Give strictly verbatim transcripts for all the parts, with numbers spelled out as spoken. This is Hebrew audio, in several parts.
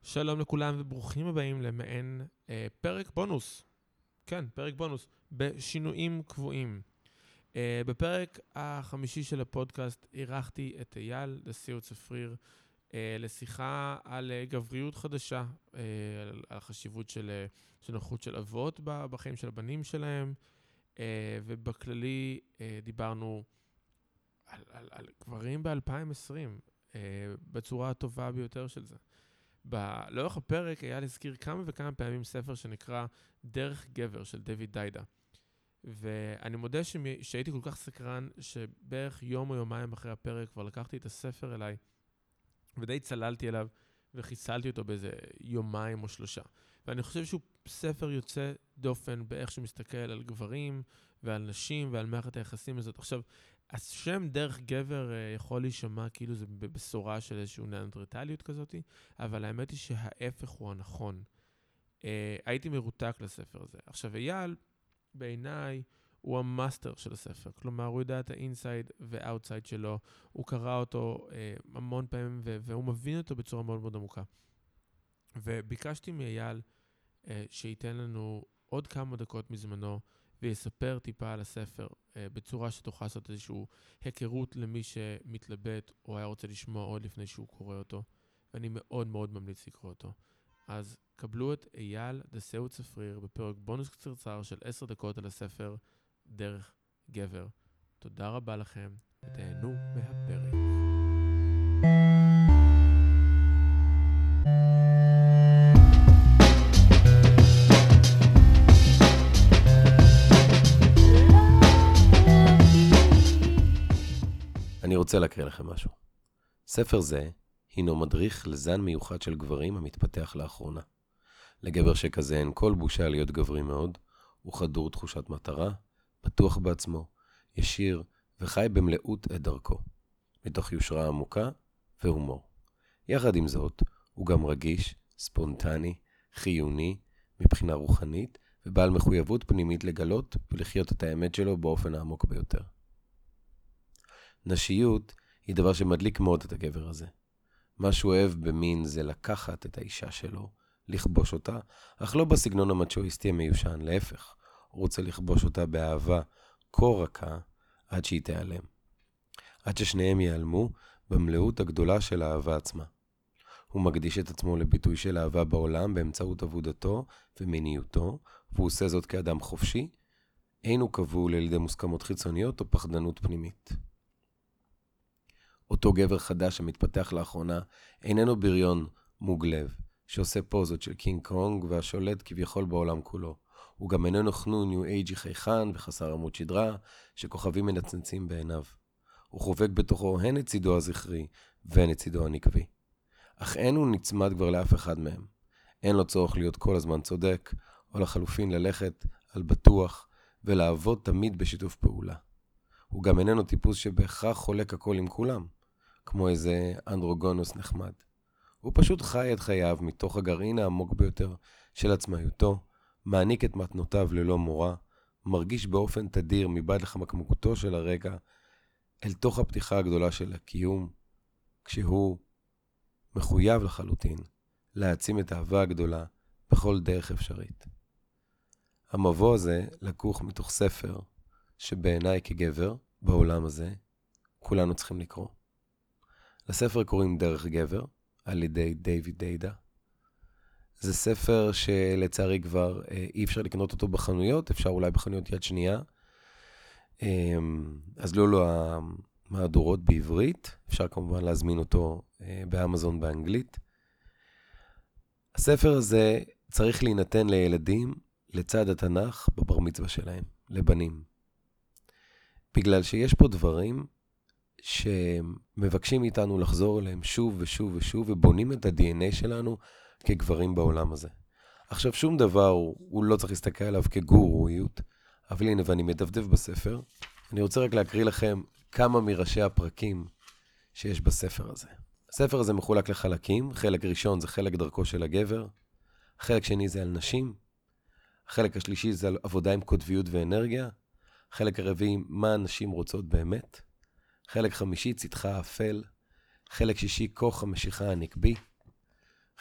שלום לכולם וברוכים הבאים למעין אה, פרק בונוס. כן, פרק בונוס, בשינויים קבועים. אה, בפרק החמישי של הפודקאסט אירחתי את אייל, דסאו צפריר, אה, לשיחה על אה, גבריות חדשה, אה, על, על החשיבות של, אה, של נוחות של אבות בחיים של הבנים שלהם, אה, ובכללי אה, דיברנו על, על, על גברים ב-אלפיים ועשרים, אה, בצורה הטובה ביותר של זה. לאורך הפרק אייל הזכיר כמה וכמה פעמים ספר שנקרא דרך גבר של דויד דיידה. ואני מודה שהייתי כל כך סקרן שבערך יום או יומיים אחרי הפרק כבר לקחתי את הספר אליי ודי צללתי אליו וחיסלתי אותו באיזה יומיים או שלושה. ואני חושב שהוא ספר יוצא דופן באיך שמסתכל על גברים ועל נשים ועל מערכת היחסים הזאת. עכשיו, השם דרך גבר יכול להישמע כאילו זה בבשורה של איזושהי ניאנדרטליות כזאת, אבל האמת היא שההפך הוא הנכון. הייתי מרותק לספר הזה. עכשיו, אייל, בעיניי, הוא המאסטר של הספר. כלומר, הוא יודע את האינסייד והאוטסייד שלו. הוא קרא אותו אה, המון פעמים, ו- והוא מבין אותו בצורה מאוד מאוד עמוקה. וביקשתי מאייל אה, שייתן לנו עוד כמה דקות מזמנו, ויספר טיפה על הספר, אה, בצורה שתוכל לעשות איזשהו היכרות למי שמתלבט, או היה רוצה לשמוע עוד לפני שהוא קורא אותו. ואני מאוד מאוד ממליץ לקרוא אותו. אז קבלו את אייל דסאו צפריר בפרק בונוס קצרצר של עשר דקות על הספר דרך גבר. תודה רבה לכם, ותהנו מהפרק. אני רוצה להקריא לכם משהו. ספר זה הינו מדריך לזן מיוחד של גברים המתפתח לאחרונה. לגבר שכזה אין כל בושה להיות גברי מאוד, הוא חדור תחושת מטרה, בטוח בעצמו, ישיר וחי במלאות את דרכו, מתוך יושרה עמוקה והומור. יחד עם זאת, הוא גם רגיש, ספונטני, חיוני, מבחינה רוחנית, ובעל מחויבות פנימית לגלות ולחיות את האמת שלו באופן העמוק ביותר. נשיות היא דבר שמדליק מאוד את הגבר הזה. מה שהוא אוהב במין זה לקחת את האישה שלו, לכבוש אותה, אך לא בסגנון המצ'ואיסטי המיושן, להפך. הוא רוצה לכבוש אותה באהבה כה רכה עד שהיא תיעלם. עד ששניהם ייעלמו במלאות הגדולה של האהבה עצמה. הוא מקדיש את עצמו לביטוי של אהבה בעולם באמצעות עבודתו ומיניותו, והוא עושה זאת כאדם חופשי, אין הוא כבול על ידי מוסכמות חיצוניות או פחדנות פנימית. אותו גבר חדש שמתפתח לאחרונה איננו בריון מוגלב, שעושה פוזות של קינג קונג והשולט כביכול בעולם כולו. הוא גם איננו חנון ניו אייג'י חייכן וחסר עמוד שדרה, שכוכבים מנצנצים בעיניו. הוא חובק בתוכו הן את צידו הזכרי והן את צידו הנקבי. אך אין הוא נצמד כבר לאף אחד מהם. אין לו צורך להיות כל הזמן צודק, או לחלופין ללכת על בטוח ולעבוד תמיד בשיתוף פעולה. הוא גם איננו טיפוס שבהכרח חולק הכל עם כולם, כמו איזה אנדרוגונוס נחמד. הוא פשוט חי את חייו מתוך הגרעין העמוק ביותר של עצמאיותו, מעניק את מתנותיו ללא מורא, מרגיש באופן תדיר מבעד לחמקמקותו של הרגע, אל תוך הפתיחה הגדולה של הקיום, כשהוא מחויב לחלוטין להעצים את האהבה הגדולה בכל דרך אפשרית. המבוא הזה לקוח מתוך ספר שבעיניי כגבר בעולם הזה כולנו צריכים לקרוא. לספר קוראים דרך גבר על ידי דיוויד דיידה. זה ספר שלצערי כבר אי אפשר לקנות אותו בחנויות, אפשר אולי בחנויות יד שנייה. אז לא לו המהדורות בעברית, אפשר כמובן להזמין אותו באמזון באנגלית. הספר הזה צריך להינתן לילדים לצד התנ"ך בבר מצווה שלהם, לבנים. בגלל שיש פה דברים שמבקשים איתנו לחזור אליהם שוב ושוב ושוב, ובונים את ה-די אן איי שלנו כגברים בעולם הזה. עכשיו שום דבר הוא, הוא לא צריך להסתכל עליו כגורואיות, אבל הנה ואני מדפדף בספר, אני רוצה רק להקריא לכם כמה מראשי הפרקים שיש בספר הזה. הספר הזה מחולק לחלקים, חלק ראשון זה חלק דרכו של הגבר, חלק שני זה על נשים, החלק השלישי זה על עבודה עם קוטביות ואנרגיה, חלק הרביעי מה הנשים רוצות באמת, חלק חמישי צדך האפל, חלק שישי כוח המשיכה הנקבי,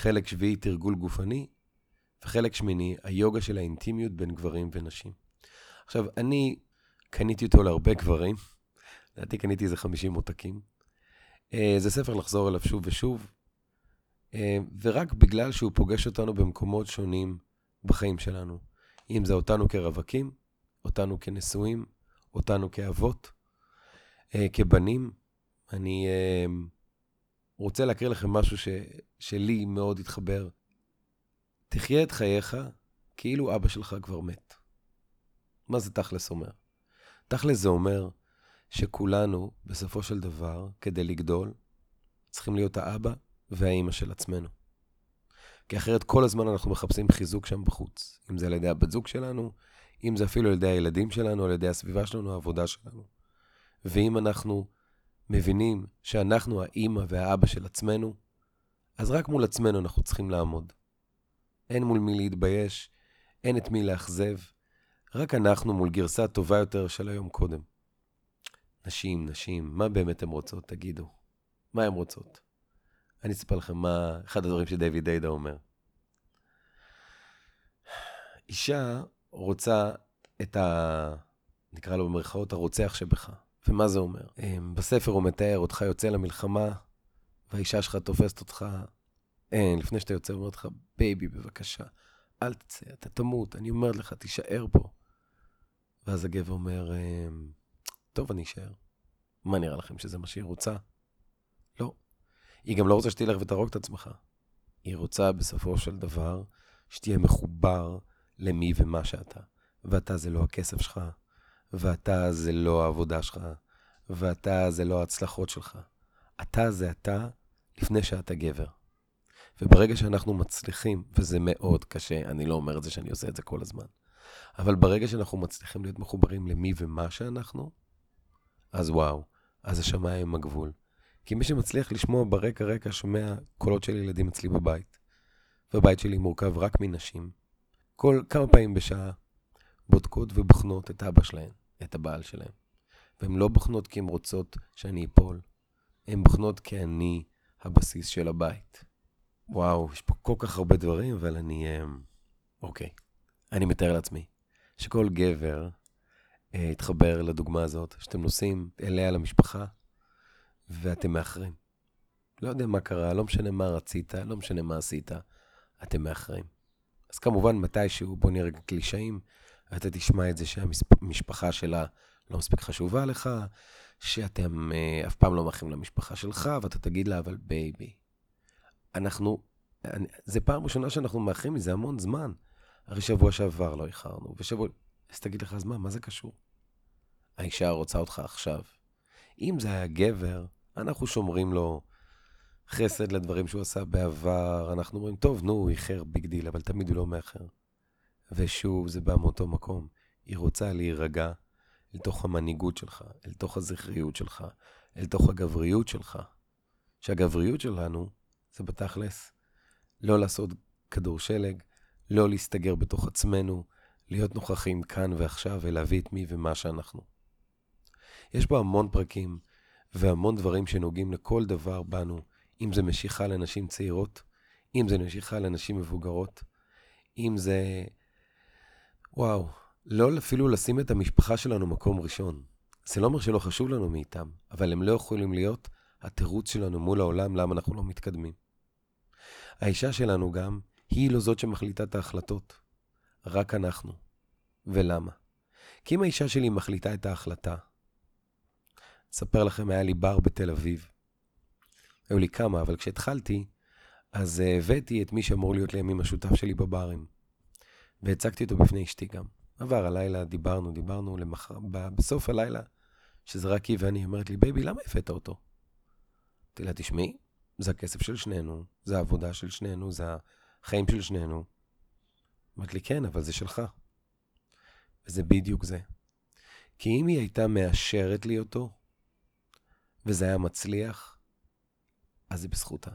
חלק שביעי תרגול גופני, וחלק שמיני היוגה של האינטימיות בין גברים ונשים. עכשיו, אני קניתי אותו להרבה גברים, לדעתי קניתי איזה חמישים עותקים. זה ספר לחזור אליו שוב ושוב, ורק בגלל שהוא פוגש אותנו במקומות שונים בחיים שלנו. אם זה אותנו כרווקים, אותנו כנשואים, אותנו כאבות, כבנים. אני רוצה להקריא לכם משהו ש, שלי מאוד התחבר. תחיה את חייך כאילו אבא שלך כבר מת. מה זה תכלס אומר? תכלס זה אומר שכולנו בסופו של דבר, כדי לגדול, צריכים להיות האבא והאמא של עצמנו. כי אחרת כל הזמן אנחנו מחפשים חיזוק שם בחוץ. אם זה על ידי הבת זוג שלנו, אם זה אפילו על ידי הילדים שלנו, על ידי הסביבה שלנו, העבודה שלנו. ואם אנחנו מבינים שאנחנו האמא והאבא של עצמנו, אז רק מול עצמנו אנחנו צריכים לעמוד. אין מול מי להתבייש, אין את מי לאכזב, רק אנחנו מול גרסה טובה יותר של היום קודם. נשים, נשים, מה באמת הן רוצות? תגידו. מה הן רוצות? אני אספר לכם מה אחד הדברים שדייוויד דיידה אומר. אישה רוצה את ה... נקרא לו במרכאות הרוצח שבך. ומה זה אומר? בספר הוא מתאר אותך יוצא למלחמה, והאישה שלך תופסת אותך, אין, לפני שאתה יוצא אומרת לך, בייבי בבקשה, אל תצא, אתה תמות, אני אומרת לך, תישאר פה. ואז הגבר אומר, טוב, אני אשאר. מה נראה לכם, שזה מה שהיא רוצה? לא. היא גם לא רוצה שתלך ותרוג את עצמך. היא רוצה בסופו של דבר שתהיה מחובר למי ומה שאתה. ואתה זה לא הכסף שלך, ואתה זה לא העבודה שלך, ואתה זה לא ההצלחות שלך. אתה זה אתה לפני שאתה גבר. וברגע שאנחנו מצליחים, וזה מאוד קשה, אני לא אומר את זה שאני עושה את זה כל הזמן, אבל ברגע שאנחנו מצליחים להיות מחוברים למי ומה שאנחנו, אז וואו, אז השמיים הם הגבול. כי מי שמצליח לשמוע ברקע רקע שומע קולות של ילדים אצלי בבית, והבית שלי מורכב רק מנשים, כל כמה פעמים בשעה בודקות ובוחנות את אבא שלהם, את הבעל שלהם. והן לא בוחנות כי הן רוצות שאני אפול, הן בוחנות כי אני הבסיס של הבית. וואו, יש פה כל כך הרבה דברים, אבל אני... אוקיי, אני מתאר לעצמי שכל גבר אה, יתחבר לדוגמה הזאת, שאתם נוסעים אליה למשפחה, ואתם מאחרים. לא יודע מה קרה, לא משנה מה רצית, לא משנה מה עשית, אתם מאחרים. אז כמובן מתישהו, בוא נראה קלישאים, אתה תשמע את זה שהמשפחה שלה לא מספיק חשובה לך, שאתם אה, אף פעם לא מאחרים למשפחה שלך, ואתה תגיד לה, אבל בייבי, אנחנו, אני, זה פעם ראשונה שאנחנו מאחרים מזה המון זמן. הרי שבוע שעבר לא איחרנו, ושבוע, אז תגיד לך, אז מה, מה זה קשור? האישה רוצה אותך עכשיו. אם זה היה גבר, אנחנו שומרים לו חסד לדברים שהוא עשה בעבר, אנחנו אומרים, טוב, נו, הוא איחר ביג דיל, אבל תמיד הוא לא מאחר. ושוב, זה בא מאותו מקום. היא רוצה להירגע אל תוך המנהיגות שלך, אל תוך הזכריות שלך, אל תוך הגבריות שלך. שהגבריות שלנו, זה בתכלס, לא לעשות כדור שלג, לא להסתגר בתוך עצמנו, להיות נוכחים כאן ועכשיו ולהביא את מי ומה שאנחנו. יש פה המון פרקים והמון דברים שנוגעים לכל דבר בנו, אם זה משיכה לנשים צעירות, אם זה משיכה לנשים מבוגרות, אם זה, וואו, לא אפילו לשים את המשפחה שלנו מקום ראשון. זה לא אומר שלא חשוב לנו מאיתם, אבל הם לא יכולים להיות התירוץ שלנו מול העולם למה אנחנו לא מתקדמים. האישה שלנו גם, היא לא זאת שמחליטה את ההחלטות, רק אנחנו. ולמה? כי אם האישה שלי מחליטה את ההחלטה, אספר לכם, היה לי בר בתל אביב. היו לי כמה, אבל כשהתחלתי, אז הבאתי את מי שאמור להיות לימים השותף שלי בברים. והצגתי אותו בפני אשתי גם. עבר הלילה, דיברנו, דיברנו, למחר, בסוף הלילה, שזה רק היא ואני, אומרת לי, בייבי, למה הבאת אותו? אמרתי לה, תשמעי, זה הכסף של שנינו, זה העבודה של שנינו, זה החיים של שנינו. אמרת לי, כן, אבל זה שלך. וזה בדיוק זה. כי אם היא הייתה מאשרת לי אותו, וזה היה מצליח, אז זה בזכותה.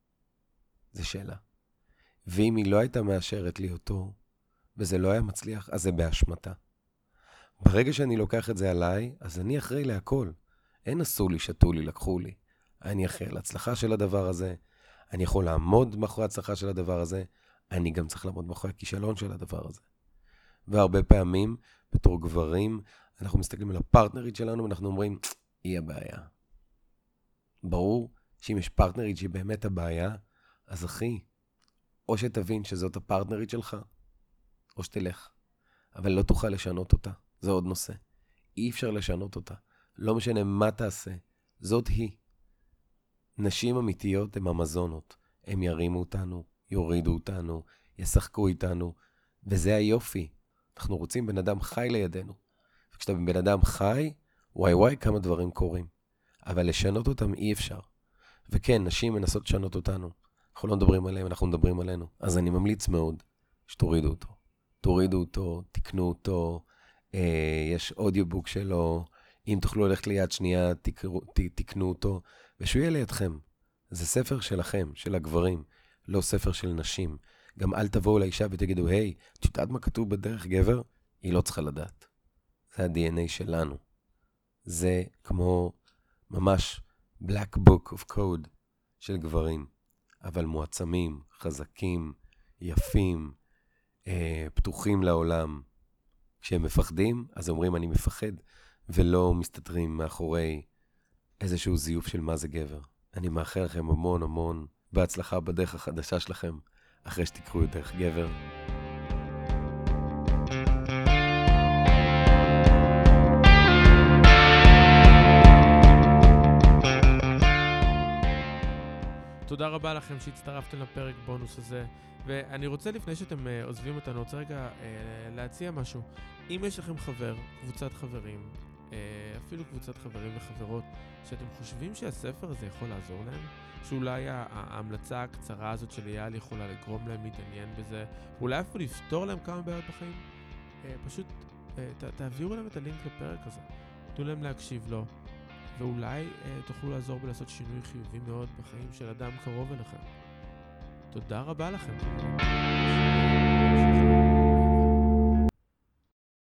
זה שאלה. ואם היא לא הייתה מאשרת לי אותו, וזה לא היה מצליח, אז זה באשמתה. ברגע שאני לוקח את זה עליי, אז אני אחראי להכל. אין עשו לי, שתו לי, לקחו לי. אני אחראי להצלחה של הדבר הזה. אני יכול לעמוד מאחורי ההצלחה של הדבר הזה, אני גם צריך לעמוד מאחורי הכישלון של הדבר הזה. והרבה פעמים, בתור גברים, אנחנו מסתכלים על הפרטנרית שלנו, ואנחנו אומרים, היא הבעיה. ברור שאם יש פרטנרית שהיא באמת הבעיה, אז אחי, או שתבין שזאת הפרטנרית שלך, או שתלך. אבל לא תוכל לשנות אותה. זה עוד נושא. אי אפשר לשנות אותה. לא משנה מה תעשה. זאת היא. נשים אמיתיות הן המזונות. הם ירימו אותנו, יורידו אותנו, ישחקו איתנו, וזה היופי. אנחנו רוצים בן אדם חי לידינו. וכשאתה בן אדם חי, וואי וואי כמה דברים קורים. אבל לשנות אותם אי אפשר. וכן, נשים מנסות לשנות אותנו. אנחנו לא מדברים עליהם, אנחנו מדברים עלינו. אז אני ממליץ מאוד שתורידו אותו. תורידו אותו, תקנו אותו, אה, יש אודיובוק שלו, אם תוכלו ללכת ליד שנייה, תקרו, ת, תקנו אותו, ושהוא יהיה לידכם. זה ספר שלכם, של הגברים, לא ספר של נשים. גם אל תבואו לאישה ותגידו, היי, את יודעת מה כתוב בדרך גבר? היא לא צריכה לדעת. זה ה-די אן איי שלנו. זה כמו ממש black book of code של גברים, אבל מועצמים, חזקים, יפים, אה, פתוחים לעולם. כשהם מפחדים, אז אומרים אני מפחד, ולא מסתתרים מאחורי איזשהו זיוף של מה זה גבר. אני מאחל לכם המון המון בהצלחה בדרך החדשה שלכם, אחרי שתקחו את דרך גבר. תודה רבה לכם שהצטרפתם לפרק בונוס הזה, ואני רוצה לפני שאתם uh, עוזבים אותנו, רוצה רגע uh, להציע משהו. אם יש לכם חבר, קבוצת חברים, uh, אפילו קבוצת חברים וחברות, שאתם חושבים שהספר הזה יכול לעזור להם, שאולי ההמלצה הקצרה הזאת של אייל יכולה לגרום להם להתעניין בזה, ואולי אפילו לפתור להם כמה בעיות בחיים, uh, פשוט uh, ת, תעבירו להם את הלינק לפרק הזה, תנו להם להקשיב לו, ואולי אה, תוכלו לעזור ולעשות שינוי חיובי מאוד בחיים של אדם קרוב אליכם. תודה רבה לכם.